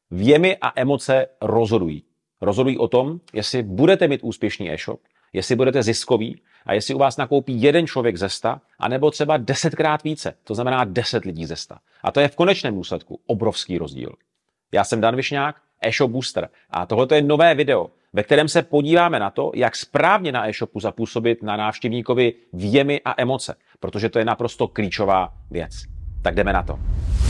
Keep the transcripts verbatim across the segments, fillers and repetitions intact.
Věmy a emoce rozhodují. Rozhodují o tom, jestli budete mít úspěšný e-shop, jestli budete ziskový a jestli u vás nakoupí jeden člověk ze sta, anebo třeba desetkrát více, to znamená deset lidí ze sta. A to je v konečném důsledku obrovský rozdíl. Já jsem Dan Višňák, e-shop booster a tohle je nové video, ve kterém se podíváme na to, jak správně na e-shopu zapůsobit na návštěvníkovi věmy a emoce, protože to je naprosto klíčová věc. Tak jdeme na to.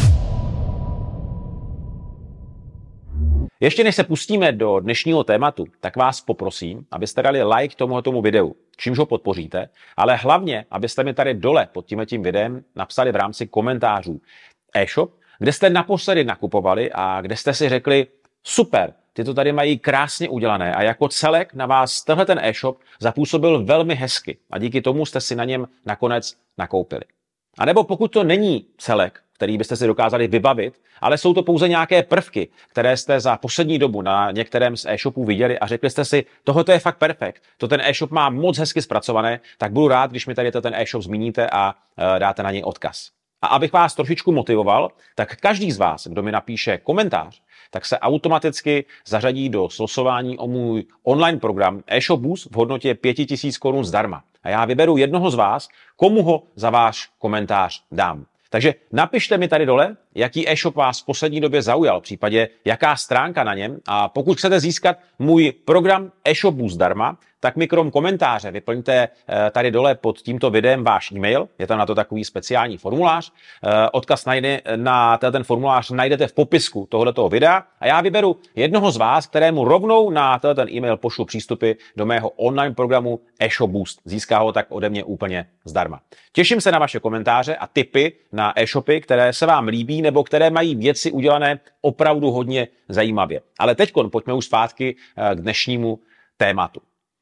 Ještě než se pustíme do dnešního tématu, tak vás poprosím, abyste dali like tomuto videu, čímž ho podpoříte, ale hlavně, abyste mi tady dole pod tímhletím videem napsali v rámci komentářů e-shop, kde jste naposledy nakupovali a kde jste si řekli, super, ty to tady mají krásně udělané a jako celek na vás tenhle ten e-shop zapůsobil velmi hezky a díky tomu jste si na něm nakonec nakoupili. A nebo pokud to není celek, který byste si dokázali vybavit, ale jsou to pouze nějaké prvky, které jste za poslední dobu na některém z e-shopů viděli a řekli jste si, tohle je fakt perfekt, to ten e-shop má moc hezky zpracované, tak budu rád, když mi tady ten e-shop zmíníte a uh, dáte na něj odkaz. A abych vás trošičku motivoval, tak každý z vás, kdo mi napíše komentář, tak se automaticky zařadí do slosování o můj online program e-shop Boost v hodnotě pět tisíc korun zdarma. A já vyberu jednoho z vás, komu ho za váš komentář dám. Takže napište mi tady dole, jaký e-shop vás v poslední době zaujal, v případě jaká stránka na něm. A pokud chcete získat můj program e-shop Boost zdarma, tak mi krom komentáře vyplňte tady dole pod tímto videem váš e-mail. Je tam na to takový speciální formulář. Odkaz najde, na ten formulář najdete v popisku tohoto videa a já vyberu jednoho z vás, kterému rovnou na ten e-mail pošlu přístupy do mého online programu e-shop Boost. Získá ho tak ode mě úplně zdarma. Těším se na vaše komentáře a tipy na e-shopy, které se vám líbí nebo které mají věci udělané opravdu hodně zajímavě. Ale teďkon pojďme už zpátky k dnešnímu tématu.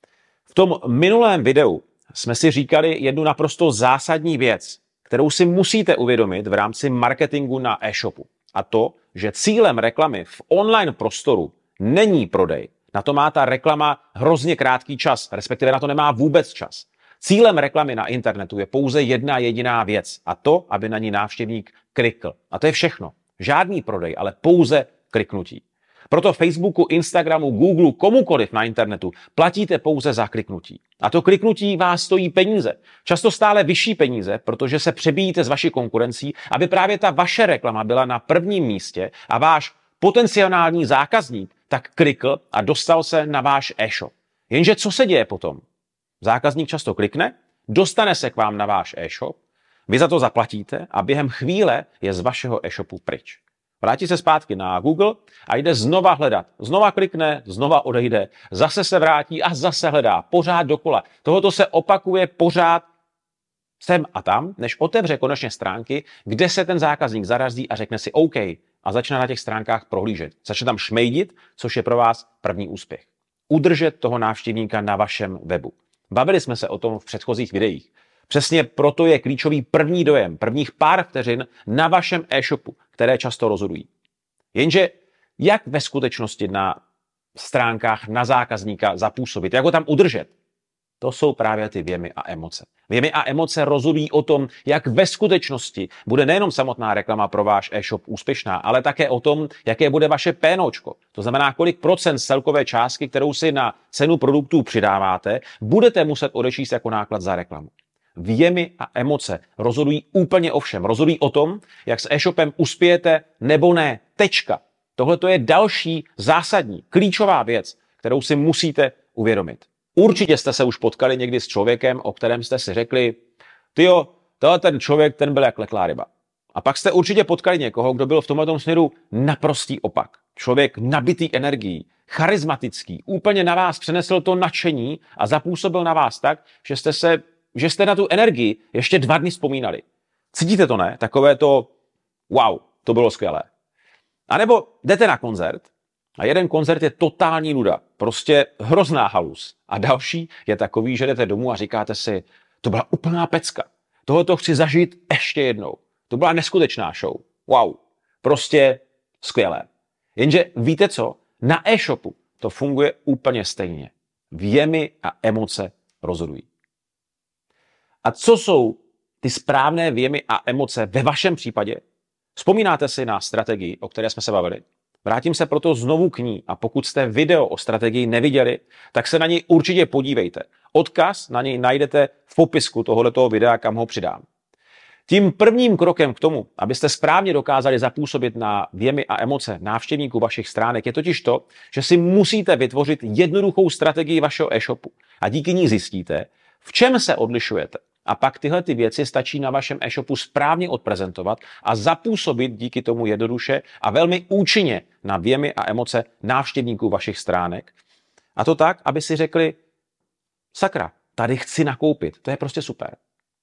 V tom minulém videu jsme si říkali jednu naprosto zásadní věc, kterou si musíte uvědomit v rámci marketingu na e-shopu. A to, že cílem reklamy v online prostoru není prodej. Na to má ta reklama hrozně krátký čas, respektive na to nemá vůbec čas. Cílem reklamy na internetu je pouze jedna jediná věc a to, aby na ní návštěvník klikl. A to je všechno. Žádný prodej, ale pouze kliknutí. Proto Facebooku, Instagramu, Google, komukoliv na internetu platíte pouze za kliknutí. A to kliknutí vás stojí peníze. Často stále vyšší peníze, protože se přebíjíte s vaší konkurencí, aby právě ta vaše reklama byla na prvním místě a váš potenciální zákazník tak klikl a dostal se na váš e-shop. Jenže co se děje potom? Zákazník často klikne, dostane se k vám na váš e-shop, vy za to zaplatíte a během chvíle je z vašeho e-shopu pryč. Vrátí se zpátky na Google a jde znova hledat. Znova klikne, znova odejde, zase se vrátí a zase hledá. Pořád dokola. Tohoto se opakuje pořád sem a tam, než otevře konečně stránky, kde se ten zákazník zarazí a řekne si OK a začne na těch stránkách prohlížet. Začne tam šmejdit, což je pro vás první úspěch. Udržet toho návštěvníka na vašem webu. Bavili jsme se o tom v předchozích videích. Přesně proto je klíčový první dojem, prvních pár vteřin na vašem e-shopu, které často rozhodují. Jenže jak ve skutečnosti na stránkách na zákazníka zapůsobit, jak ho tam udržet? To jsou právě ty věmy a emoce. Věmy a emoce rozhodují o tom, jak ve skutečnosti bude nejenom samotná reklama pro váš e-shop úspěšná, ale také o tom, jaké bude vaše pénočko. To znamená, kolik procent z celkové částky, kterou si na cenu produktů přidáváte, budete muset odečíst jako náklad za reklamu. Věmy a emoce rozhodují úplně o všem. Rozhodují o tom, jak s e-shopem uspějete nebo ne. Tečka. Tohle to je další zásadní, klíčová věc, kterou si musíte uvědomit. Určitě jste se už potkali někdy s člověkem, o kterém jste si řekli, tyjo, tohle ten člověk, ten byl jak leklá ryba. A pak jste určitě potkali někoho, kdo byl v tomhle směru naprostý opak. Člověk nabitý energií, charismatický, úplně na vás přenesl to nadšení a zapůsobil na vás tak, že jste se že jste na tu energii ještě dva dny vzpomínali. Cítíte to, ne? Takové to, wow, to bylo skvělé. A nebo jdete na koncert a jeden koncert je totální nuda, prostě hrozná halus. A další je takový, že jdete domů a říkáte si, to byla úplná pecka. Tohoto chci zažít ještě jednou. To byla neskutečná show. Wow, prostě skvělé. Jenže víte co? Na e-shopu to funguje úplně stejně. Věmy a emoce rozhodují. A co jsou ty správné věmy a emoce ve vašem případě? Vzpomínáte si na strategii, o které jsme se bavili? Vrátím se proto znovu k ní a pokud jste video o strategii neviděli, tak se na něj určitě podívejte. Odkaz na něj najdete v popisku tohoto videa, kam ho přidám. Tím prvním krokem k tomu, abyste správně dokázali zapůsobit na věmy a emoce návštěvníků vašich stránek, je totiž to, že si musíte vytvořit jednoduchou strategii vašeho e-shopu a díky ní zjistíte, v čem se odlišujete. A pak tyhle ty věci stačí na vašem e-shopu správně odprezentovat a zapůsobit díky tomu jednoduše a velmi účinně na věmy a emoce návštěvníků vašich stránek. A to tak, aby si řekli, sakra, tady chci nakoupit, to je prostě super.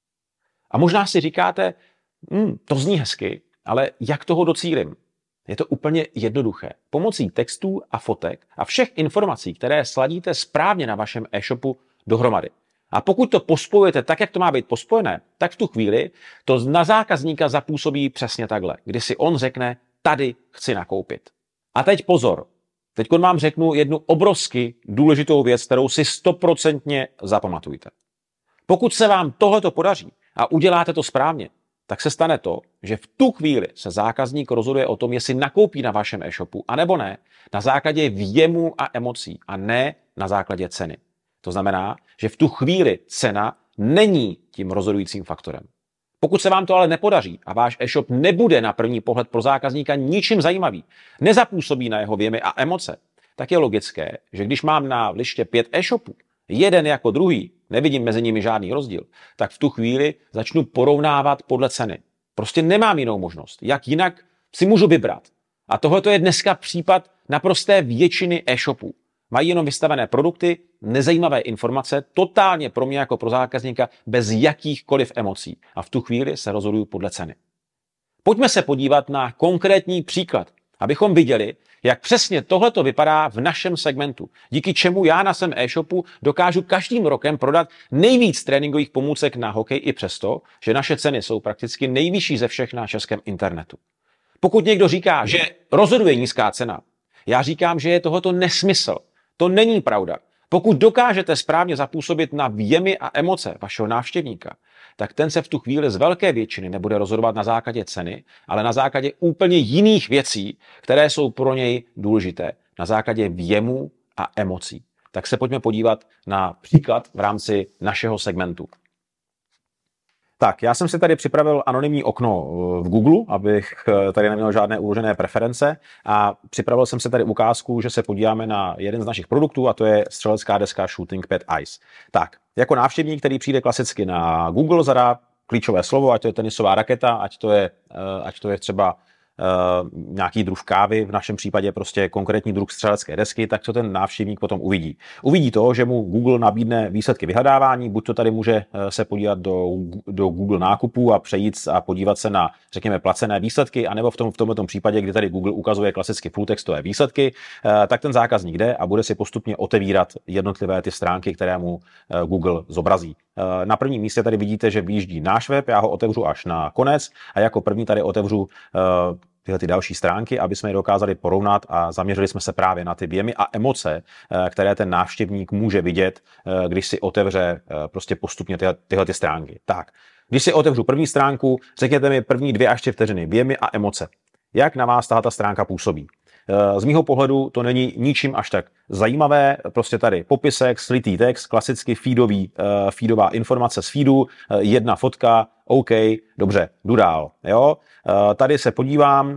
A možná si říkáte, hm, to zní hezky, ale jak toho docílim? Je to úplně jednoduché. Pomocí textů a fotek a všech informací, které sladíte správně na vašem e-shopu dohromady. A pokud to pospojujete tak, jak to má být pospojené, tak v tu chvíli to na zákazníka zapůsobí přesně takhle, kdy si on řekne, tady chci nakoupit. A teď pozor, teď vám řeknu jednu obrovsky důležitou věc, kterou si stoprocentně zapamatujte. Pokud se vám tohleto podaří a uděláte to správně, tak se stane to, že v tu chvíli se zákazník rozhoduje o tom, jestli nakoupí na vašem e-shopu, anebo ne, na základě věmů a emocí a ne na základě ceny. To znamená, že v tu chvíli cena není tím rozhodujícím faktorem. Pokud se vám to ale nepodaří a váš e-shop nebude na první pohled pro zákazníka ničím zajímavý, nezapůsobí na jeho věmy a emoce, tak je logické, že když mám na liště pět e-shopů, jeden jako druhý, nevidím mezi nimi žádný rozdíl, tak v tu chvíli začnu porovnávat podle ceny. Prostě nemám jinou možnost. Jak jinak si můžu vybrat. A tohle je dneska případ naprosté většiny e-shopů. Mají jenom vystavené produkty, nezajímavé informace, totálně pro mě jako pro zákazníka bez jakýchkoliv emocí. A v tu chvíli se rozhoduju podle ceny. Pojďme se podívat na konkrétní příklad, abychom viděli, jak přesně tohleto vypadá v našem segmentu, díky čemu já na svém e-shopu dokážu každým rokem prodat nejvíc tréninkových pomůcek na hokej i přesto, že naše ceny jsou prakticky nejvyšší ze všech na českém internetu. Pokud někdo říká, že rozhoduje nízká cena, já říkám, že je tohoto nesmysl. To není pravda. Pokud dokážete správně zapůsobit na věmy a emoce vašeho návštěvníka, tak ten se v tu chvíli z velké většiny nebude rozhodovat na základě ceny, ale na základě úplně jiných věcí, které jsou pro něj důležité, na základě věmů a emocí. Tak se pojďme podívat na příklad v rámci našeho segmentu. Tak, já jsem si tady připravil anonymní okno v Google, abych tady neměl žádné uložené preference a připravil jsem si tady ukázku, že se podíváme na jeden z našich produktů a to je střelecká deska Shooting Pad Ice. Tak, jako návštěvník, který přijde klasicky na Google, zadá klíčové slovo, ať to je tenisová raketa, ať to je, ať to je třeba Uh, nějaký druh kávy, v našem případě prostě konkrétní druh střelecké desky, tak co ten návštěvník potom uvidí. Uvidí to, že mu Google nabídne výsledky vyhledávání, buď to tady může se podívat do, do Google nákupů a přejít a podívat se na, řekněme, placené výsledky, anebo v, tom, v tomto případě, kdy tady Google ukazuje klasicky full textové výsledky, uh, tak ten zákazník jde a bude si postupně otevírat jednotlivé ty stránky, které mu uh, Google zobrazí. Uh, na prvním místě tady vidíte, že vyjíždí náš web, já ho otevřu až na konec a jako první tady otevřu uh, tyhle ty další stránky, aby jsme je dokázali porovnat a zaměřili jsme se právě na ty věmy a emoce, které ten návštěvník může vidět, když si otevře prostě postupně tyhle, tyhle ty stránky. Tak, když si otevřu první stránku, řekněte mi první dvě až tři vteřiny věmy a emoce. Jak na vás tahle stránka působí? Z mýho pohledu to není ničím až tak zajímavé, prostě tady popisek, slitý text, klasicky feedový, feedová informace z feedu, jedna fotka, OK, dobře, jdu dál. Jo? Tady se podívám,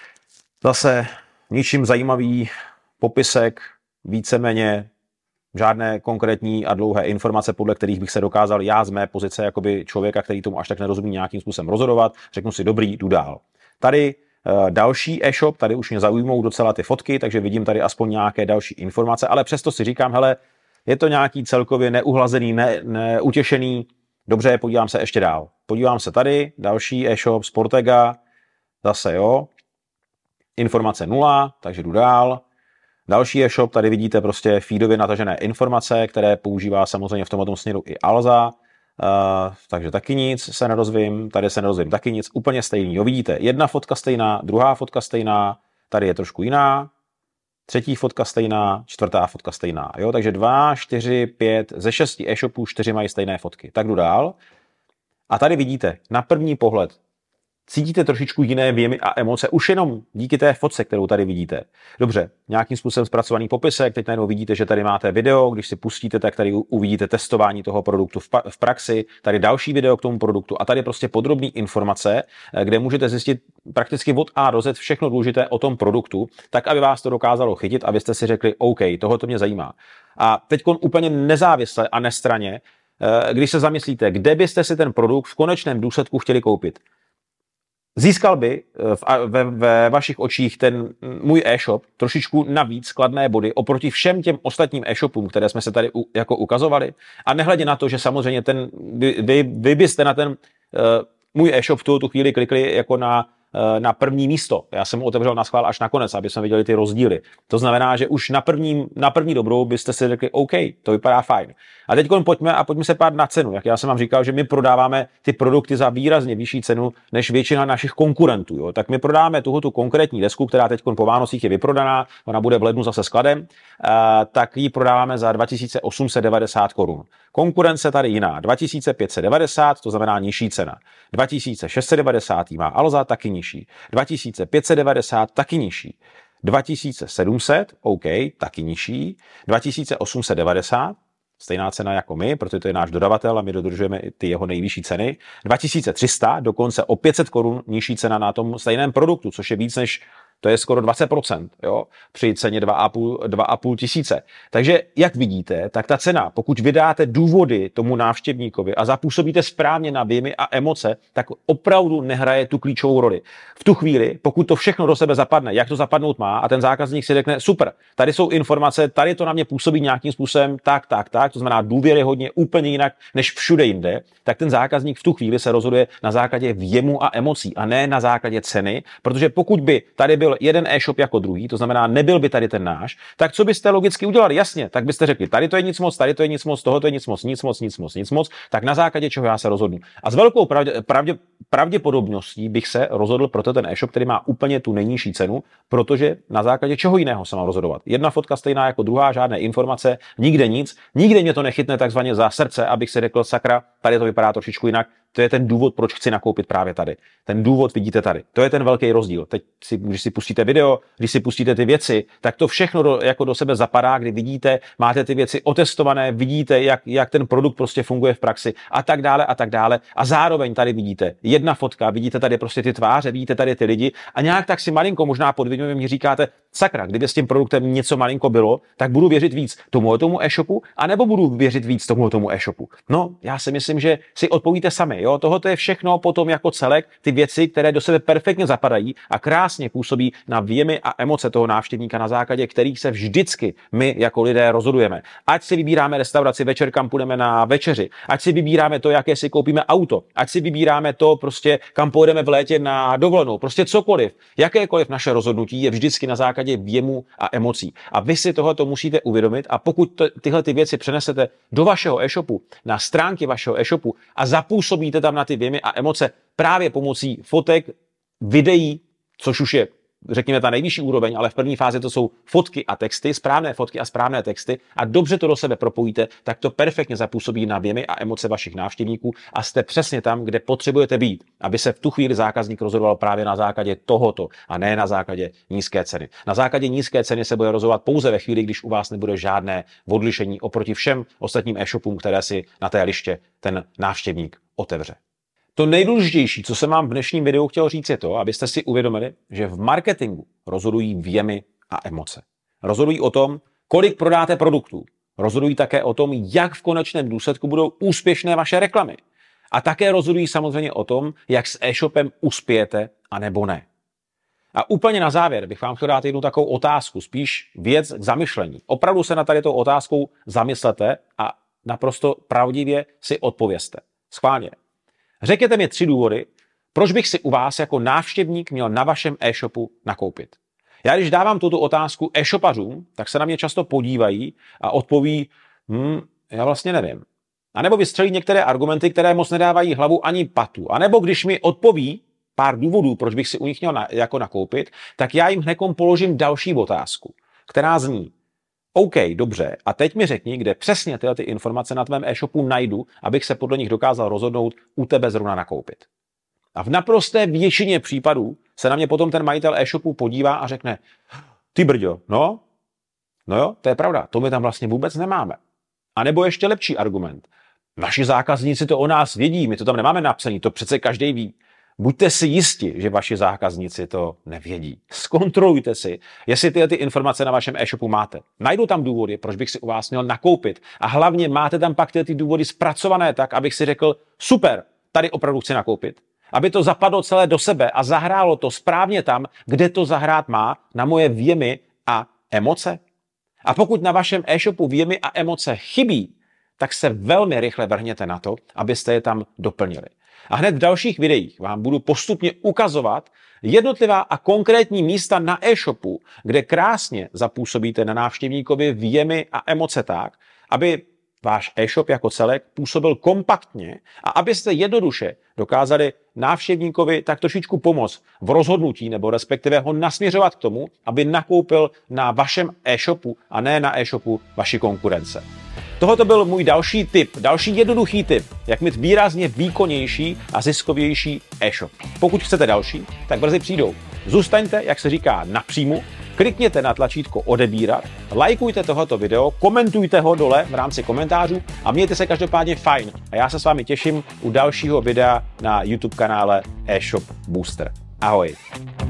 zase ničím zajímavý popisek, víceméně žádné konkrétní a dlouhé informace, podle kterých bych se dokázal já z mé pozice jakoby člověka, který tomu až tak nerozumí, nějakým způsobem rozhodovat, řeknu si dobrý, jdu dál. Tady další e-shop, tady už mě zaujmou docela ty fotky, takže vidím tady aspoň nějaké další informace, ale přesto si říkám, hele, je to nějaký celkově neuhlazený, ne, neutěšený, dobře, podívám se ještě dál. Podívám se tady, další e-shop, Sportega, zase jo, informace nula, takže jdu dál. Další e-shop, tady vidíte prostě feedově natažené informace, které používá samozřejmě v tomto směru i Alza. Uh, takže taky nic se nedozvím, tady se nedozvím taky nic, úplně stejný. Jo, vidíte, jedna fotka stejná, druhá fotka stejná, tady je trošku jiná, třetí fotka stejná, čtvrtá fotka stejná. Jo, takže dva, čtyři, pět, ze šesti e-shopů čtyři mají stejné fotky. Tak jdu dál. A tady vidíte, na první pohled, cítíte trošičku jiné věmy a emoce už jenom díky té fotce, kterou tady vidíte. Dobře, nějakým způsobem zpracovaný popisek, teď najednou vidíte, že tady máte video, když si pustíte, tak tady uvidíte testování toho produktu v praxi, tady další video k tomu produktu a tady prostě podrobné informace, kde můžete zjistit prakticky od A do Z všechno důležité o tom produktu, tak aby vás to dokázalo chytit, abyste si řekli, OK, tohle to mě zajímá. A teď úplně nezávisle a nestranně, když se zamyslíte, kde byste si ten produkt v konečném důsledku chtěli koupit. Získal by ve, ve vašich očích ten můj e-shop trošičku navíc kladné body oproti všem těm ostatním e-shopům, které jsme se tady u, jako ukazovali. A nehledě na to, že samozřejmě ten, vy, vy, vy byste na ten uh, můj e-shop v tu chvíli klikli jako na na první místo. Já jsem ho otevřel na schvál až nakonec, aby jsme viděli ty rozdíly. To znamená, že už na první, na první dobrou byste si řekli, OK, to vypadá fajn. A teď pojďme a pojďme se pát na cenu. Jak já jsem vám říkal, že my prodáváme ty produkty za výrazně vyšší cenu než většina našich konkurentů. Jo? Tak my prodáme tuhle tu konkrétní desku, která teď po Vánocích je vyprodaná, ona bude v lednu zase skladem, uh, tak ji prodáváme za dva tisíce osm set devadesát korun. Konkurence tady jiná, dva tisíce pět set devadesát, to znamená nižší cena. dva tisíce šest set devadesát má Alza, taky nižší. dva tisíce pět set devadesát, taky nižší. dva tisíce sedm set, OK, taky nižší. dva tisíce osm set devadesát, stejná cena jako my, protože to je náš dodavatel a my dodržujeme ty jeho nejvyšší ceny. dva tisíce tři sta, dokonce o pět set korun nižší cena na tom stejném produktu, což je víc než, to je skoro dvacet procent, jo, při ceně dva a půl tisíce. Takže, jak vidíte, tak ta cena, pokud vydáte důvody tomu návštěvníkovi a zapůsobíte správně na věmy a emoce, tak opravdu nehraje tu klíčovou roli. V tu chvíli, pokud to všechno do sebe zapadne, jak to zapadnout má, a ten zákazník si řekne, super, tady jsou informace, tady to na mě působí nějakým způsobem tak, tak, tak, to znamená důvěryhodně úplně jinak než všude jinde, tak ten zákazník v tu chvíli se rozhoduje na základě věmu a emocí a ne na základě ceny, protože pokud by tady byl jeden e-shop jako druhý, to znamená, nebyl by tady ten náš, tak co byste logicky udělali? Jasně, tak byste řekli, tady to je nic moc, tady to je nic moc, toho to je nic moc, nic moc, nic moc, nic moc, tak na základě čeho já se rozhodnu. A s velkou pravdě, pravdě, pravděpodobností bych se rozhodl pro ten e-shop, který má úplně tu nejnižší cenu, protože na základě čeho jiného se mám rozhodovat. Jedna fotka stejná jako druhá, žádné informace, nikde nic, nikde mě to nechytne takzvaně za srdce, abych si řekl, sakra, tady to vypadá trošičku jinak. To je ten důvod, proč chci nakoupit právě tady. Ten důvod vidíte tady. To je ten velký rozdíl. Teď, si, když si pustíte video, když si pustíte ty věci, tak to všechno do, jako do sebe zapadá, kdy vidíte, máte ty věci otestované, vidíte, jak, jak ten produkt prostě funguje v praxi a tak dále a tak dále. A zároveň tady vidíte jedna fotka, vidíte tady prostě ty tváře, vidíte tady ty lidi a nějak tak si malinko možná podvědomě mi říkáte, sakra, kdyby s tím produktem něco malinko bylo, tak budu věřit víc tomu tomu e-shopu, anebo budu věřit víc tomu tomu e-shopu. No, já si myslím, že si odpovíte sami. Jo, tohoto je všechno potom jako celek, ty věci, které do sebe perfektně zapadají a krásně působí na věmy a emoce toho návštěvníka, na základě kterých se vždycky my jako lidé rozhodujeme. Ať si vybíráme restauraci večer, kam půjdeme na večeři, ať si vybíráme to, jaké si koupíme auto, ať si vybíráme to, prostě kam půjdeme v létě na dovolenou, prostě cokoliv, jakékoliv naše rozhodnutí je vždycky na základě věmu a emocí. A vy si tohoto musíte uvědomit a pokud to, tyhle ty věci přenesete do vašeho e-shopu, na stránky vašeho e-shopu a zapůsobíte tam na ty věmy a emoce právě pomocí fotek, videí, což už je, řekněme, ta nejvyšší úroveň, ale v první fázi to jsou fotky a texty, správné fotky a správné texty a dobře to do sebe propojíte, tak to perfektně zapůsobí na věmy a emoce vašich návštěvníků a jste přesně tam, kde potřebujete být, aby se v tu chvíli zákazník rozhodoval právě na základě tohoto a ne na základě nízké ceny. Na základě nízké ceny se bude rozhodovat pouze ve chvíli, když u vás nebude žádné odlišení oproti všem ostatním e-shopům, které si na té liště ten návštěvník otevře. To nejdůležitější, co jsem vám v dnešním videu chtěl říct, je to, abyste si uvědomili, že v marketingu rozhodují věmy a emoce. Rozhodují o tom, kolik prodáte produktů. Rozhodují také o tom, jak v konečném důsledku budou úspěšné vaše reklamy. A také rozhodují samozřejmě o tom, jak s e-shopem uspějete a nebo ne. A úplně na závěr bych vám chtěl dát jednu takovou otázku, spíš věc k zamyšlení. Opravdu se na tady tou otázkou zamyslete a naprosto pravdivě si odpovězte. Schválně. Řekněte mi tři důvody, proč bych si u vás jako návštěvník měl na vašem e-shopu nakoupit. Já když dávám tuto otázku e-shopařům, tak se na mě často podívají a odpoví, hm, já vlastně nevím. A nebo vystřelí některé argumenty, které moc nedávají hlavu ani patu. A nebo když mi odpoví pár důvodů, proč bych si u nich měl na, jako nakoupit, tak já jim hnedkom položím další otázku, která zní, OK, dobře, a teď mi řekni, kde přesně tyhle ty informace na tvém e-shopu najdu, abych se podle nich dokázal rozhodnout u tebe zrovna nakoupit. A v naprosté většině případů se na mě potom ten majitel e-shopu podívá a řekne, ty brďo, no, no jo, to je pravda, to my tam vlastně vůbec nemáme. A nebo ještě lepší argument. Naši zákazníci to o nás vědí, my to tam nemáme napsané, to přece každý ví. Buďte si jisti, že vaši zákazníci to nevědí. Zkontrolujte si, jestli tyhle ty informace na vašem e-shopu máte. Najdu tam důvody, proč bych si u vás měl nakoupit. A hlavně máte tam pak tyhle ty důvody zpracované tak, abych si řekl, super, tady opravdu chci nakoupit. Aby to zapadlo celé do sebe a zahrálo to správně tam, kde to zahrát má, na moje věmy a emoce. A pokud na vašem e-shopu věmy a emoce chybí, tak se velmi rychle vrhněte na to, abyste je tam doplnili. A hned v dalších videích vám budu postupně ukazovat jednotlivá a konkrétní místa na e-shopu, kde krásně zapůsobíte na návštěvníkovi věmy a emoce tak, aby váš e-shop jako celek působil kompaktně a abyste jednoduše dokázali návštěvníkovi tak trošičku pomoct v rozhodnutí nebo respektive ho nasměřovat k tomu, aby nakoupil na vašem e-shopu a ne na e-shopu vaší konkurence. Tohoto byl můj další tip, další jednoduchý tip, jak mít výrazně výkonnější a ziskovější e-shop. Pokud chcete další, tak brzy přijdou. Zůstaňte, jak se říká, na příjmu, klikněte na tlačítko odebírat, lajkujte tohoto video, komentujte ho dole v rámci komentářů a mějte se každopádně fajn. A já se s vámi těším u dalšího videa na YouTube kanále eShop Booster. Ahoj.